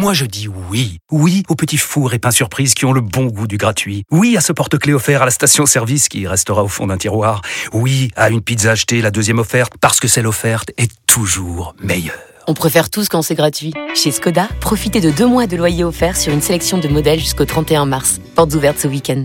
Moi je dis oui. Oui aux petits fours et pains surprises qui ont le bon goût du gratuit. Oui à ce porte-clés offert à la station-service qui restera au fond d'un tiroir. Oui à une pizza achetée, la deuxième offerte, parce que celle offerte est toujours meilleure. On préfère tous quand c'est gratuit. Chez Skoda, profitez de 2 mois de loyer offert sur une sélection de modèles jusqu'au 31 mars. Portes ouvertes ce week-end.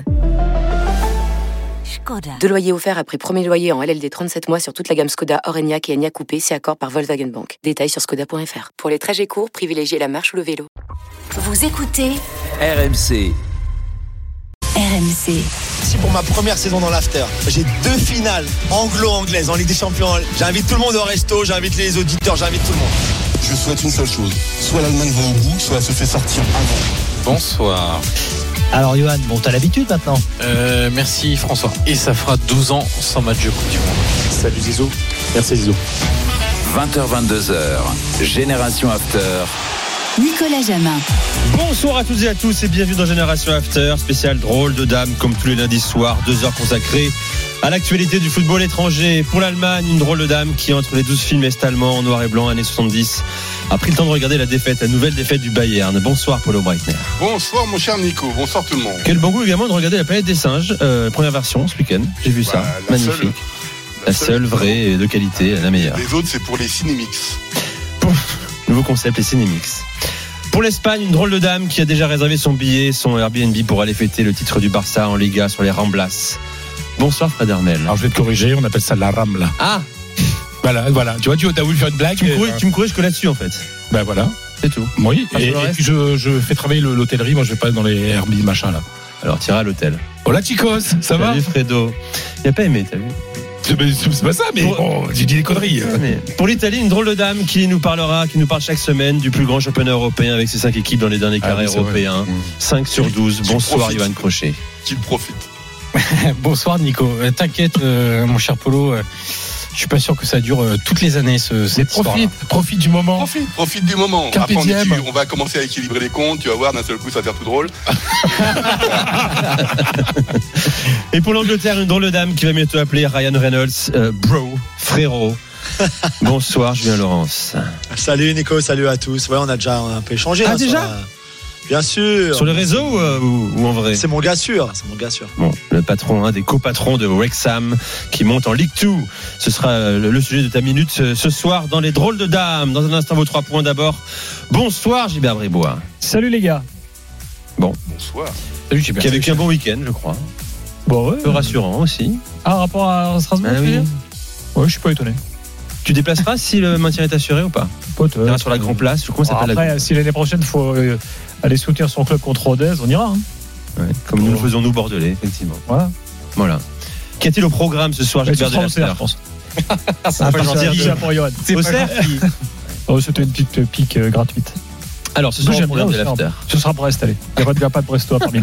2 loyers offerts après premier loyer en LLD 37 mois sur toute la gamme Skoda, Orenia et Enyaq Coupé, si accord par Volkswagen Bank. Détails sur skoda.fr. Pour les trajets courts, privilégiez la marche ou le vélo. Vous écoutez RMC. RMC. Si pour ma première saison dans l'After, j'ai 2 finales anglo-anglaises en Ligue des Champions. J'invite tout le monde au resto, j'invite les auditeurs, j'invite tout le monde. Je souhaite une seule chose, soit l'Allemagne va au bout, soit elle se fait sortir avant. Bonsoir. Alors Johan, bon t'as l'habitude maintenant. Merci François. Et ça fera 12 ans sans match de Coupe du Monde. Salut Zizou. Merci Zizou. 20h-22h, Génération After. Nicolas Jamin. Bonsoir à toutes et à tous et bienvenue dans Génération After, spécial drôle de dame comme tous les lundis soirs, 2 heures consacrées à l'actualité du football étranger. Pour l'Allemagne, une drôle de dame qui, entre les 12 films est-allemands en noir et blanc années 70, a pris le temps de regarder la nouvelle défaite du Bayern. Bonsoir Paulo Breitner. Bonsoir mon cher Nico, bonsoir tout le monde. Quel bon goût également de regarder La Planète des singes, première version ce week-end, j'ai vu ça, magnifique. La seule vraie et de qualité, la meilleure. Les autres c'est pour les Cinémix. Nouveau concept, les Cinémix. Pour l'Espagne, une drôle de dame qui a déjà réservé son billet, son Airbnb pour aller fêter le titre du Barça en Liga sur les Ramblas. Bonsoir Fred Hermel. Alors je vais te corriger, on appelle ça la Rambla. Ah Voilà, tu vois, tu as voulu faire une blague. Tu me corriges que là-dessus en fait. Ben voilà. C'est tout. Oui, et puis je fais travailler l'hôtellerie, moi je vais pas dans les Airbnb machin là. Alors t'iras à l'hôtel. Hola chicos, ça va? Salut Fredo. Il a pas aimé, t'as vu? C'est pas ça, mais bon, j'ai dit des conneries. Pour l'Italie, une drôle de dame qui nous parle chaque semaine du plus grand championnat européen avec ses 5 équipes dans les derniers carrés européens. 5 sur 12. Bonsoir Yohan Crochet. Qu'il profite. Bonsoir Nico. T'inquiète mon cher Polo. Je suis pas sûr que ça dure toutes les années cette histoire-là. Profite du moment. Profite du moment. Carpe Après diem. on va commencer à équilibrer les comptes, tu vas voir d'un seul coup ça va faire tout drôle. Et pour l'Angleterre, une drôle de dame qui va bientôt appeler Ryan Reynolds bro, frérot. Bonsoir Julien Laurence. Salut Nico, salut à tous. Ouais, on a déjà un peu échangé. Ah déjà bien sûr. Sur le réseau ou en vrai? C'est mon gars sûr. Bon, le patron, un des copatrons de Wrexham qui monte en Ligue 2. Ce sera le sujet de ta minute ce soir dans les drôles de dames. Dans un instant, vos 3 points d'abord. Bonsoir Gilbert Bribois. Salut les gars. Bon. Bonsoir. Salut Gilbert. Qui a vécu un bon week-end, je crois. Bon ouais. Un peu rassurant aussi. Rapport à Strasbourg, Ah, oui. Ouais, je suis pas étonné. Tu déplaceras si le maintien est assuré ou pas? Tu iras sur la Grand Place. Comment ça s'appelle? Après, si l'année prochaine il faut aller soutenir son club contre Rodez, on ira. Ouais, comme nous le faisons nous Bordelais, effectivement. Voilà. Qu'y a-t-il au programme ce soir? Gilbert de l'After, je pense. C'est pas gentil pour Johan. Au cerf. C'était une petite pique gratuite. Alors, ce soir, au programme de l'After. Ce sera Brest, allez. Il n'y a pas de Brestois parmi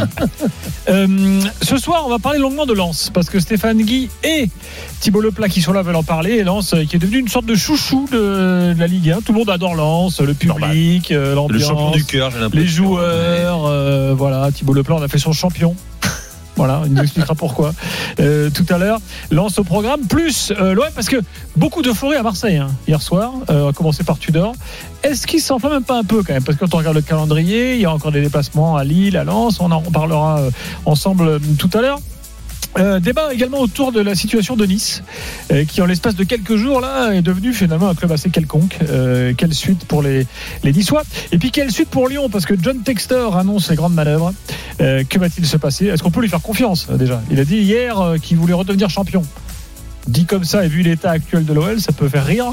nous. Ce soir, on va parler longuement de Lens, parce que Stéphane Guy et Thibaut Leplat qui sont là veulent en parler. Et Lens, qui est devenu une sorte de chouchou de la Ligue 1. Tout le monde adore Lens, le public, l'ambiance, le champion du cœur, j'ai l'impression. Les joueurs. Voilà, Thibaut Leplat, on a fait son champion. Voilà, il nous expliquera pourquoi tout à l'heure. Lance au programme, plus l'OM, parce que beaucoup d'euphorie à Marseille hier soir, à commencer par Tudor. Est-ce qu'il s'enflamme même pas un peu quand même? Parce que quand on regarde le calendrier, il y a encore des déplacements à Lille, à Lens, on en parlera ensemble tout à l'heure. Débat également autour de la situation de Nice, qui en l'espace de quelques jours là est devenu finalement un club assez quelconque. Quelle suite pour les Niçois? Et puis quelle suite pour Lyon? Parce que John Textor annonce les grandes manœuvres. Que va-t-il se passer? Est-ce qu'on peut lui faire confiance déjà? Il a dit hier qu'il voulait redevenir champion. Dit comme ça et vu l'état actuel de l'OL, ça peut faire rire.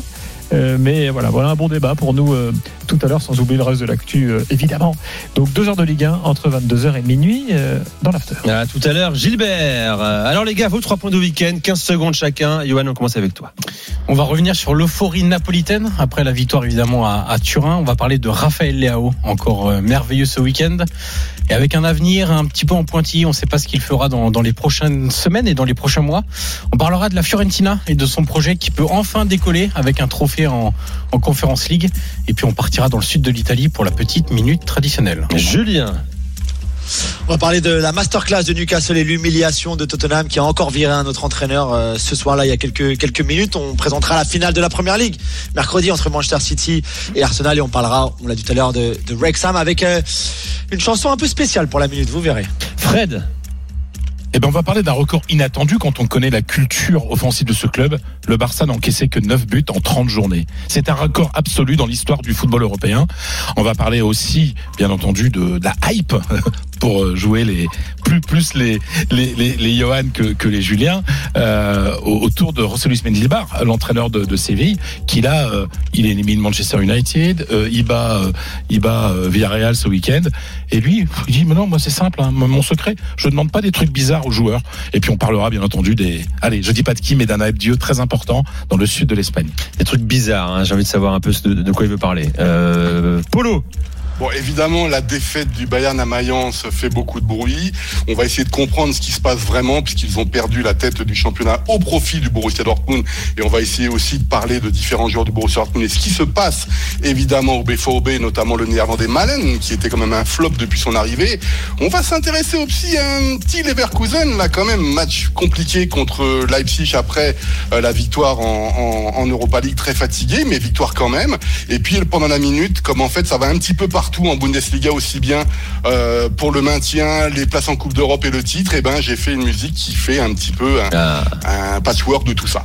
Mais voilà un bon débat pour nous tout à l'heure, sans oublier le reste de l'actu évidemment. Donc 2 heures de Ligue 1 entre 22h et minuit dans l'After. À tout à l'heure Gilbert. Alors les gars, vos 3 points de week-end, 15 secondes chacun. Johan, on commence avec toi. On va revenir sur l'euphorie napolitaine après la victoire évidemment à Turin. On va parler de Raphaël Leao, encore merveilleux ce week-end. Et avec un avenir un petit peu en pointillé, on ne sait pas ce qu'il fera dans les prochaines semaines et dans les prochains mois. On parlera de la Fiorentina et de son projet qui peut enfin décoller avec un trophée en Conference League. Et puis on partira dans le sud de l'Italie pour la petite minute traditionnelle. Julien. On va parler de la masterclass de Newcastle et l'humiliation de Tottenham qui a encore viré un autre entraîneur ce soir-là il y a quelques minutes. On présentera la finale de la Première Ligue mercredi entre Manchester City et Arsenal et on parlera, on l'a dit tout à l'heure, de Wrexham avec une chanson un peu spéciale pour la minute, vous verrez. Fred. Eh ben, on va parler d'un record inattendu quand on connaît la culture offensive de ce club. Le Barça n'a encaissé que 9 buts en 30 journées. C'est un record absolu dans l'histoire du football européen. On va parler aussi, bien entendu, de la hype pour jouer plus les Johan que les Julien autour de José Luis Mendilibar, l'entraîneur de Séville, qui là, il élimine Manchester United, il bat Villarreal ce week-end. Et lui, il dit, mais non, moi c'est simple, hein, mon secret, je ne demande pas des trucs bizarres aux joueurs. Et puis on parlera bien entendu je dis pas de qui, mais d'un adieu très important dans le sud de l'Espagne. Des trucs bizarres, hein, j'ai envie de savoir un peu de quoi il veut parler. Polo. Bon, évidemment, la défaite du Bayern à Mayence fait beaucoup de bruit. On va essayer de comprendre ce qui se passe vraiment, puisqu'ils ont perdu la tête du championnat au profit du Borussia Dortmund. Et on va essayer aussi de parler de différents joueurs du Borussia Dortmund et ce qui se passe, évidemment, au BVB, notamment le néerlandais Malen, qui était quand même un flop depuis son arrivée. On va s'intéresser aussi à un petit Leverkusen, là, quand même, match compliqué contre Leipzig après la victoire en Europa League, très fatigué, mais victoire quand même. Et puis, pendant la minute, comme en fait, ça va un petit peu partout en Bundesliga, aussi bien pour le maintien, les places en Coupe d'Europe et le titre, et ben j'ai fait une musique qui fait un petit peu un patchwork de tout ça.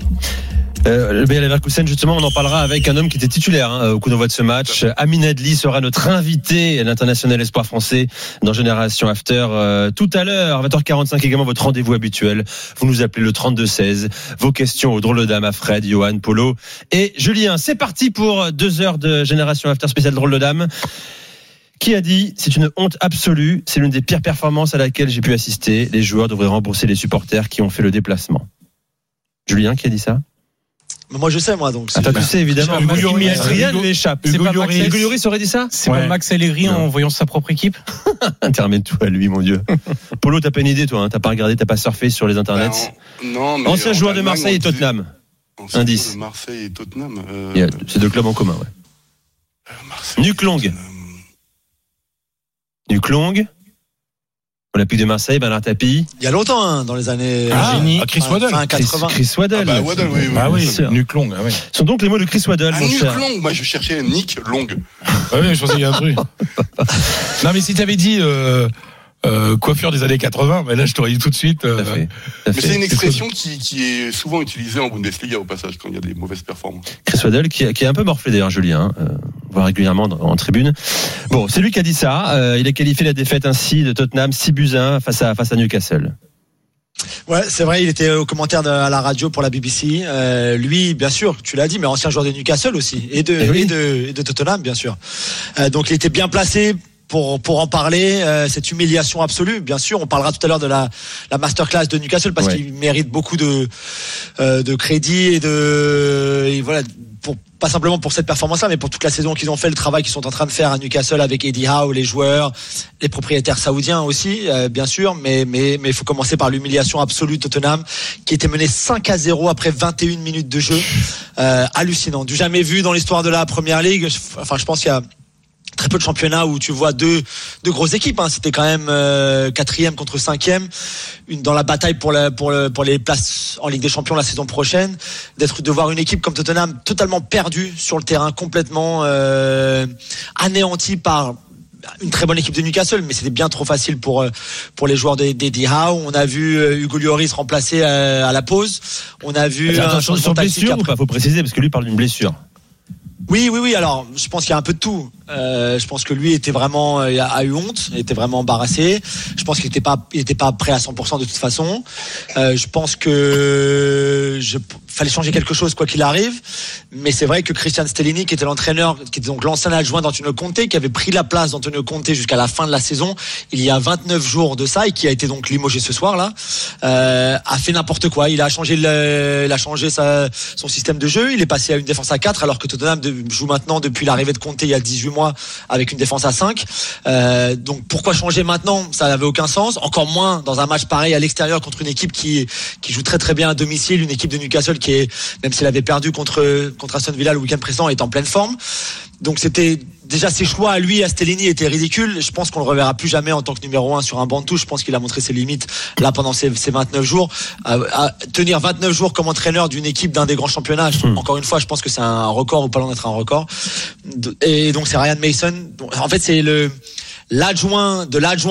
Le Bayer Leverkusen, justement, on en parlera avec un homme qui était titulaire au coup d'envoi de ce match. Amin Adli sera notre invité, l'international espoir français dans Génération After tout à l'heure, 20h45 également, votre rendez-vous habituel. Vous nous appelez le 32-16. Vos questions aux drôles de dames à Fred, Johan, Polo et Julien. C'est parti pour 2 heures de Génération After spécial drôle de dames. Qui a dit « C'est une honte absolue, c'est l'une des pires performances à laquelle j'ai pu assister. Les joueurs devraient rembourser les supporters qui ont fait le déplacement. » Julien, qui a dit ça ? Moi je sais, moi donc. Tu sais évidemment. Rien ne m'échappe. C'est pas Hugo Lloris aurait dit ça ? C'est pas Max Allegri en voyant sa propre équipe ? Intermets tout à lui, mon Dieu. Polo, t'as pas une idée, toi, hein ? T'as pas regardé, t'as pas surfé sur les internets ? Non, mais ancien joueur de Marseille et Tottenham. Indice. De Marseille et Tottenham. Il y a ces 2 clubs en commun, ouais. Nuclong. Olympique de Marseille, Bernard Tapie. Il y a longtemps, hein, dans les années. Chris Waddle. Fin 80. Chris Waddle. Waddle, oui. Oui. Nuclong, oui. Ce sont donc les mots de Chris Waddle, mon cher. Nuclong, moi je cherchais Nick Long. Oui, je pensais qu'il y a un truc. Non, mais si t'avais dit coiffure des années 80, mais là je t'aurais dit tout de suite. Mais c'est une expression qui est souvent utilisée en Bundesliga au passage quand il y a des mauvaises performances. Chris Waddle qui est un peu morflé d'ailleurs, Julien. On voit régulièrement en tribune. Bon, c'est lui qui a dit ça. Il a qualifié la défaite ainsi de Tottenham 6-1 face à Newcastle. Ouais, c'est vrai, il était au commentaire à la radio pour la BBC. Lui, bien sûr, tu l'as dit, mais ancien joueur de Newcastle aussi et de Tottenham, bien sûr. Donc il était bien placé pour en parler, cette humiliation absolue. Bien sûr, on parlera tout à l'heure de la masterclass de Newcastle parce qu'il mérite beaucoup de crédit et voilà, pas simplement pour cette performance-là, mais pour toute la saison qu'ils ont fait, le travail qu'ils sont en train de faire à Newcastle avec Eddie Howe, les joueurs, les propriétaires saoudiens aussi, bien sûr, mais il faut commencer par l'humiliation absolue de Tottenham, qui était mené 5-0 après 21 minutes de jeu. Hallucinant, du jamais vu dans l'histoire de la Première Ligue. Enfin, je pense qu'il y a très peu de championnats où tu vois deux grosses équipes, hein. C'était quand même 4e contre 5e, dans la bataille pour les places en Ligue des Champions la saison prochaine, de voir une équipe comme Tottenham totalement perdue sur le terrain, complètement anéantie par une très bonne équipe de Newcastle, mais c'était bien trop facile pour les joueurs d'Eddie Howe. On a vu Hugo Lloris remplacé à la pause. On a vu son blessure, il faut préciser parce que lui parle d'une blessure. Oui. Alors, je pense qu'il y a un peu de tout. Je pense que lui était vraiment a eu honte, était vraiment embarrassé. Je pense qu'il était pas prêt à 100% de toute façon. Je pense que fallait changer quelque chose quoi qu'il arrive. Mais c'est vrai que Christian Stellini, qui était l'entraîneur, qui était donc l'ancien adjoint d'Antonio Conte, qui avait pris la place d'Antonio Conte jusqu'à la fin de la saison, il y a 29 jours de ça, et qui a été donc limogé ce soir là, a fait n'importe quoi. Il a changé son système de jeu. Il est passé à une défense à 4 alors que Tottenham joue maintenant depuis l'arrivée de Conte il y a 18 mois avec une défense à 5. Donc pourquoi changer maintenant ? Ça n'avait aucun sens. Encore moins dans un match pareil à l'extérieur contre une équipe qui joue très très bien à domicile, une équipe de Newcastle qui est, même s'il avait perdu contre Aston Villa le week-end précédent, est en pleine forme. Donc c'était déjà ses choix à lui, à Stellini, étaient ridicules. Je pense qu'on le reverra plus jamais en tant que numéro 1 sur un banc de touche. Je pense qu'il a montré ses limites là pendant ces 29 jours. À tenir 29 jours comme entraîneur d'une équipe d'un des grands championnats, encore une fois, je pense que c'est un record ou pas loin d'être un record. Et donc c'est Ryan Mason. En fait, c'est l'adjoint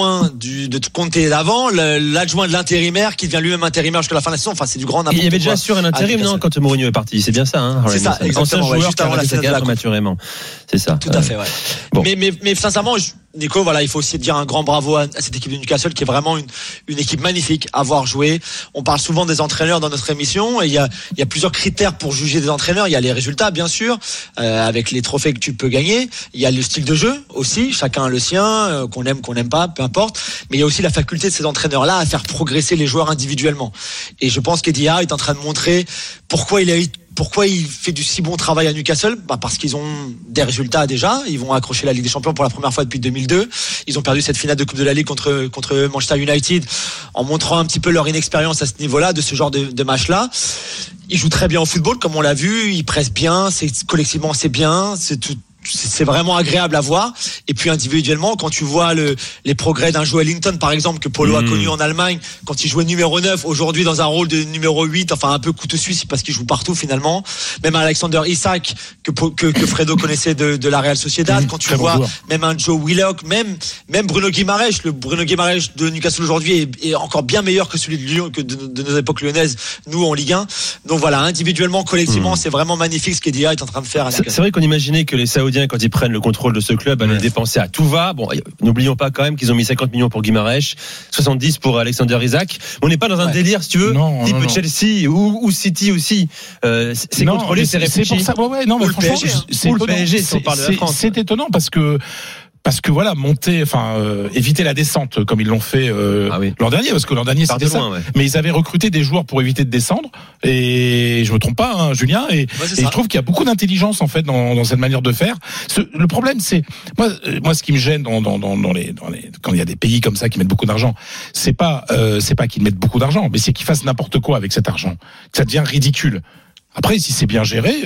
de Conte d'avant, l'adjoint de l'intérimaire qui devient lui-même intérimaire jusqu'à la fin de la saison. Enfin, c'est du grand n'importe quoi. Il y avait déjà sûr un intérim, non, quand Mourinho est parti. C'est bien ça, hein. C'est ça, exactement. Ancien joueur Juste avant la finale de la Coupe. prématurément. C'est ça. Tout à fait, ouais. Bon. Mais sincèrement, Nico, voilà, il faut aussi dire un grand bravo à cette équipe de Newcastle qui est vraiment une équipe magnifique à voir jouer. On parle souvent des entraîneurs dans notre émission et il y a plusieurs critères pour juger des entraîneurs. Il y a les résultats, bien sûr, avec les trophées que tu peux gagner. Il y a le style de jeu aussi, chacun a le sien, qu'on aime, qu'on n'aime pas, peu importe. Mais il y a aussi la faculté de ces entraîneurs-là à faire progresser les joueurs individuellement. Et je pense qu'Eddie Howe est en train de montrer pourquoi il fait du si bon travail à Newcastle. Parce qu'ils ont des résultats déjà. Ils vont accrocher la Ligue des Champions pour la première fois depuis 2002. Ils ont perdu cette finale de Coupe de la Ligue contre Manchester United en montrant un petit peu leur inexpérience à ce niveau-là, de ce genre de match-là. Ils jouent très bien au football, comme on l'a vu. Ils pressent bien. Collectivement, c'est bien. C'est vraiment agréable à voir. Et puis individuellement, quand tu vois les progrès d'un Joe Ellington, par exemple, que Polo a connu en Allemagne, quand il jouait numéro 9, aujourd'hui dans un rôle de numéro 8, enfin un peu couteau suisse parce qu'il joue partout finalement. Même Alexander Isak, que Fredo connaissait de la Real Sociedad. Quand tu vois même un Joe Willock, même Bruno Guimaraes, le Bruno Guimaraes de Newcastle aujourd'hui est encore bien meilleur que celui de Lyon, que de nos époques lyonnaises, nous en Ligue 1. Donc voilà, individuellement, collectivement, c'est vraiment magnifique ce qu'Eddie est en train de faire à Newcastle. C'est vrai qu'on imaginait que les Saoudiens, quand ils prennent le contrôle de ce club, allaient dépenser à tout va. Bon, n'oublions pas quand même qu'ils ont mis 50 millions pour Guimaraes, 70 pour Alexander Isak. On n'est pas dans un délire, si tu veux, type Chelsea ou City aussi. C'est contrôlé, c'est réfléchi. C'est pour ça. Ouais, non, mais franchement, c'est le PSG si on parle de la France. C'est étonnant parce que voilà, éviter la descente comme ils l'ont fait l'an dernier, parce que l'an dernier c'était ça. Mais ils avaient recruté des joueurs pour éviter de descendre. Et je me trompe pas, hein, Julien. Et je trouve qu'il y a beaucoup d'intelligence en fait dans cette manière de faire. Le problème, c'est moi ce qui me gêne dans quand il y a des pays comme ça qui mettent beaucoup d'argent, c'est pas qu'ils mettent beaucoup d'argent, mais c'est qu'ils fassent n'importe quoi avec cet argent. Que ça devient ridicule. Après, si c'est bien géré,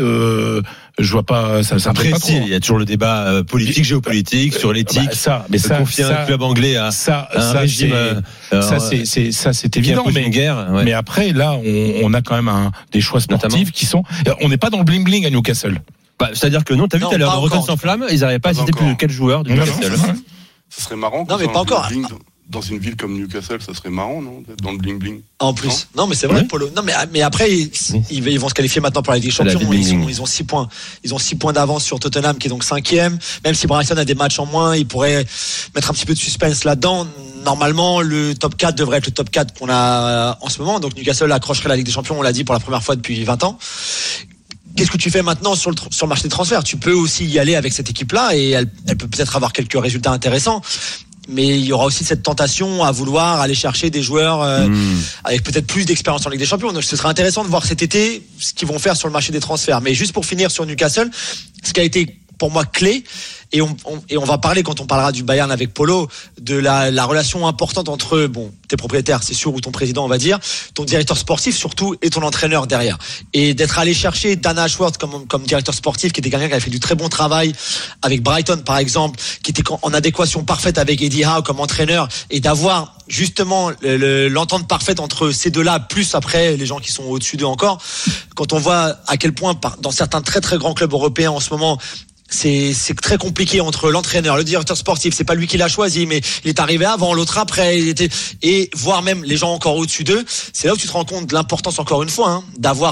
je vois pas ça. Après, pas trop. Il y a toujours le débat politique, géopolitique sur l'éthique. Confier un club anglais à un régime. C'est évident. Mais après, là, on a quand même des choix sportifs qui sont. On n'est pas dans le bling bling à Newcastle. C'est-à-dire que non, t'as vu tout à l'heure, Rotten sans flamme, ils n'arrivaient pas à citer plus de 4 joueurs du Newcastle. Ça serait marrant. Non, mais pas encore. Dans une ville comme Newcastle, ça serait marrant, non, d'être dans le bling bling. En plus, non, mais c'est vrai, Polo. Non, mais après, ils vont se qualifier maintenant pour la Ligue des Champions. Ils ont 6 points. Ils ont 6 points d'avance sur Tottenham, qui est donc 5e. Même si Brighton a des matchs en moins, ils pourraient mettre un petit peu de suspense là-dedans. Normalement, le top 4 devrait être le top 4 qu'on a en ce moment. Donc Newcastle accrocherait la Ligue des Champions, on l'a dit, pour la première fois depuis 20 ans. Qu'est-ce que tu fais maintenant sur le marché des transferts? Tu peux aussi y aller avec cette équipe-là et elle peut peut-être avoir quelques résultats intéressants. Mais il y aura aussi cette tentation à vouloir aller chercher des joueurs avec peut-être plus d'expérience en Ligue des Champions. Donc ce sera intéressant de voir cet été ce qu'ils vont faire sur le marché des transferts. Mais juste pour finir sur Newcastle, ce qui a été pour moi clé, et on va parler quand on parlera du Bayern avec Polo, de la relation importante entre tes propriétaires, c'est sûr, ou ton président, on va dire, ton directeur sportif surtout, et ton entraîneur derrière. Et d'être allé chercher Dan Ashworth comme directeur sportif, qui était quelqu'un qui avait fait du très bon travail avec Brighton par exemple, qui était en adéquation parfaite avec Eddie Howe comme entraîneur, et d'avoir justement l'entente parfaite entre ces deux-là, plus après les gens qui sont au-dessus d'eux encore. Quand on voit à quel point dans certains très très grands clubs européens en ce moment, c'est très compliqué entre l'entraîneur, le directeur sportif, c'est pas lui qui l'a choisi, mais il est arrivé avant, l'autre après, et voire même les gens encore au-dessus d'eux. C'est là où tu te rends compte de l'importance, encore une fois, d'avoir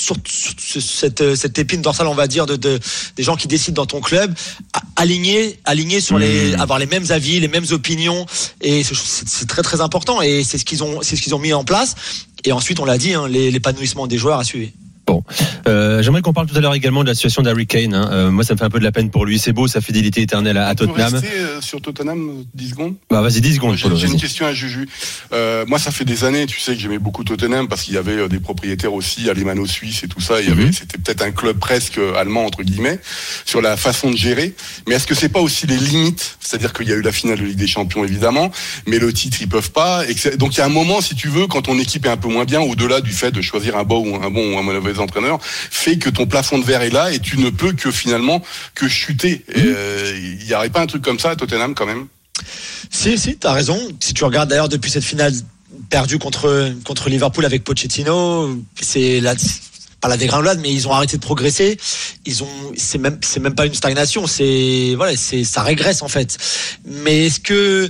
cette épine dorsale, on va dire, des gens qui décident dans ton club, alignés sur avoir les mêmes avis, les mêmes opinions, et c'est très très important, et c'est ce qu'ils ont mis en place. Et ensuite, on l'a dit, l'épanouissement des joueurs a suivi. Bon, j'aimerais qu'on parle tout à l'heure également de la situation d'Harry Kane. Moi, ça me fait un peu de la peine pour lui. C'est beau, sa fidélité éternelle à Tottenham. On peut rester sur Tottenham 10 secondes. Vas-y, 10 secondes. J'ai une question à Juju. Moi, ça fait des années, tu sais, que j'aimais beaucoup Tottenham parce qu'il y avait des propriétaires aussi alémano-suisses et tout ça. C'était peut-être un club presque allemand entre guillemets sur la façon de gérer. Mais est-ce que c'est pas aussi les limites? C'est-à-dire qu'il y a eu la finale de Ligue des Champions évidemment, mais le titre ils peuvent pas. Donc il y a un moment, si tu veux, quand ton équipe est un peu moins bien, au-delà du fait de choisir un bon ou un mauvais les entraîneurs, fait que ton plafond de verre est là et tu ne peux que finalement que chuter. Il n'y aurait pas un truc comme ça à Tottenham quand même? Si, t'as raison. Si tu regardes d'ailleurs depuis cette finale perdue contre Liverpool avec Pochettino, c'est pas la dégringolade, mais ils ont arrêté de progresser. C'est même pas une stagnation, ça régresse en fait. Mais est-ce que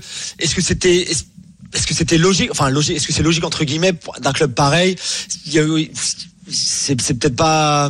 c'était logique, est-ce que c'est logique entre guillemets d'un club pareil? C'est peut-être pas.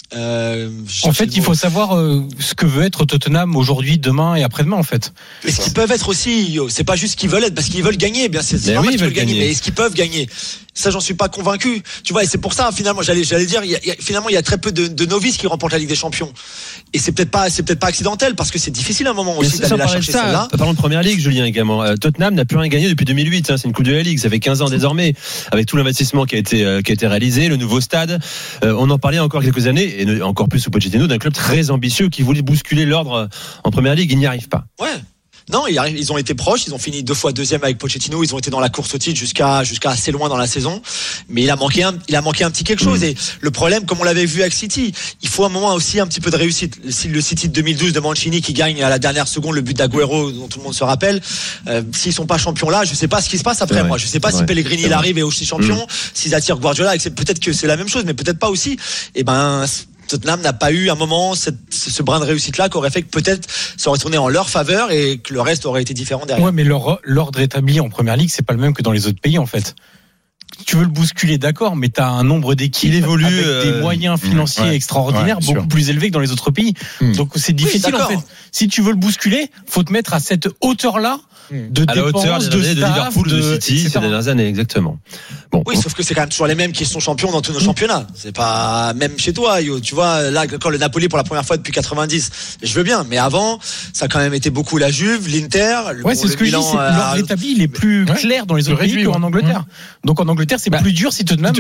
En fait, il faut savoir ce que veut être Tottenham aujourd'hui, demain et après-demain, en fait. Est-ce qu'ils peuvent être aussi, c'est pas juste qu'ils veulent être, parce qu'ils veulent gagner, bien c'est normal qu'ils veulent gagner, mais est-ce qu'ils peuvent gagner? Ça, j'en suis pas convaincu. Tu vois, et c'est pour ça, finalement, j'allais dire, il y a très peu de novices qui remportent la Ligue des Champions. Et c'est peut-être pas accidentel, parce que c'est difficile à un moment aussi d'aller la chercher celle-là. Parlons de Première Ligue, Julien, également. Tottenham n'a plus rien gagné depuis 2008, c'est une Coupe de la Ligue. Ça fait 15 ans désormais, avec tout l'investissement qui a été réalisé, le nouveau stade. On en parlait il y a encore quelques années, et encore plus sous Pochettino, d'un club très ambitieux qui voulait bousculer l'ordre en Première Ligue. Il n'y arrive pas. Ouais. Non, ils ont été proches, ils ont fini 2 fois deuxième avec Pochettino, ils ont été dans la course au titre jusqu'à assez loin dans la saison, mais il a manqué un petit quelque chose. Et le problème, comme on l'avait vu avec City, il faut un moment aussi un petit peu de réussite. Le City de 2012 de Mancini qui gagne à la dernière seconde le but d'Aguero dont tout le monde se rappelle, s'ils sont pas champions là, je sais pas ce qui se passe après. Moi, je sais pas si Pellegrini il arrive et est aussi champion, s'ils attirent Guardiola, et peut-être que c'est la même chose, mais peut-être pas aussi. Et Tottenham n'a pas eu un moment ce brin de réussite là qui aurait fait que peut-être ça aurait tourné en leur faveur et que le reste aurait été différent derrière. Ouais, mais l'ordre établi en Première Ligue, c'est pas le même que dans les autres pays en fait. Tu veux le bousculer, d'accord, mais t'as un nombre d'équipes avec des moyens financiers extraordinaires, beaucoup plus élevés que dans les autres pays. Donc c'est difficile en fait. Si tu veux le bousculer, faut te mettre à cette hauteur-là de à la hauteur de Liverpool, de City ces dernières années, exactement. Bon. Oui, sauf que c'est quand même toujours les mêmes qui sont champions dans tous nos championnats. C'est pas même chez toi, Yo. Tu vois, là, quand le Napoli pour la première fois depuis 90, je veux bien, mais avant, ça a quand même été beaucoup la Juve, l'Inter. C'est ce que je dis, l'ordre établi, il est plus clair dans les autres pays qu'en Angleterre. Donc en Angleterre, c'est plus dur si Tottenham.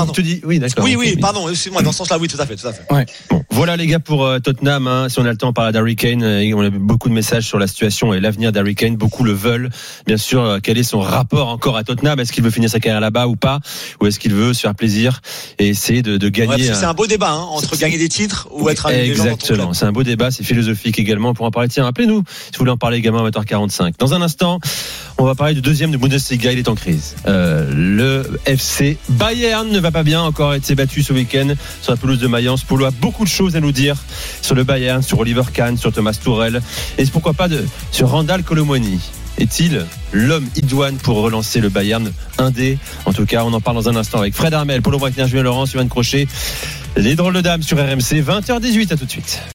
Pardon, excuse-moi, dans ce sens-là, oui, tout à fait. Ouais. Bon, voilà les gars pour Tottenham. Si on a le temps, on parle d'Harry Kane. On a beaucoup de messages sur la situation et l'avenir d'Harry Kane. Beaucoup le veulent. Bien sûr, quel est son rapport encore à Tottenham? Est-ce qu'il veut finir sa carrière là-bas ou pas? Ou est-ce qu'il veut se faire plaisir et essayer de gagner? C'est un beau débat entre gagner des titres ou être avec les gens dans ton club. Exactement, c'est un beau débat, c'est philosophique également. Pour en parler, tiens, appelez-nous si vous voulez en parler également à 20h45. Dans un instant, on va parler du deuxième de Bundesliga, il est en crise. Le FC Bayern ne va pas bien, encore été battu ce week-end sur la pelouse de Mayence. Polo a beaucoup de choses à nous dire sur le Bayern, sur Oliver Kahn, sur Thomas Tuchel et pourquoi pas sur Randal Colomwani. Est-il l'homme idoine pour relancer le Bayern indé? En tout cas, on en parle dans un instant avec Fred Armel, Polo Breitner, Julien Laurent, Yoann Crochet. Les drôles de dames sur RMC, 20h18, à tout de suite.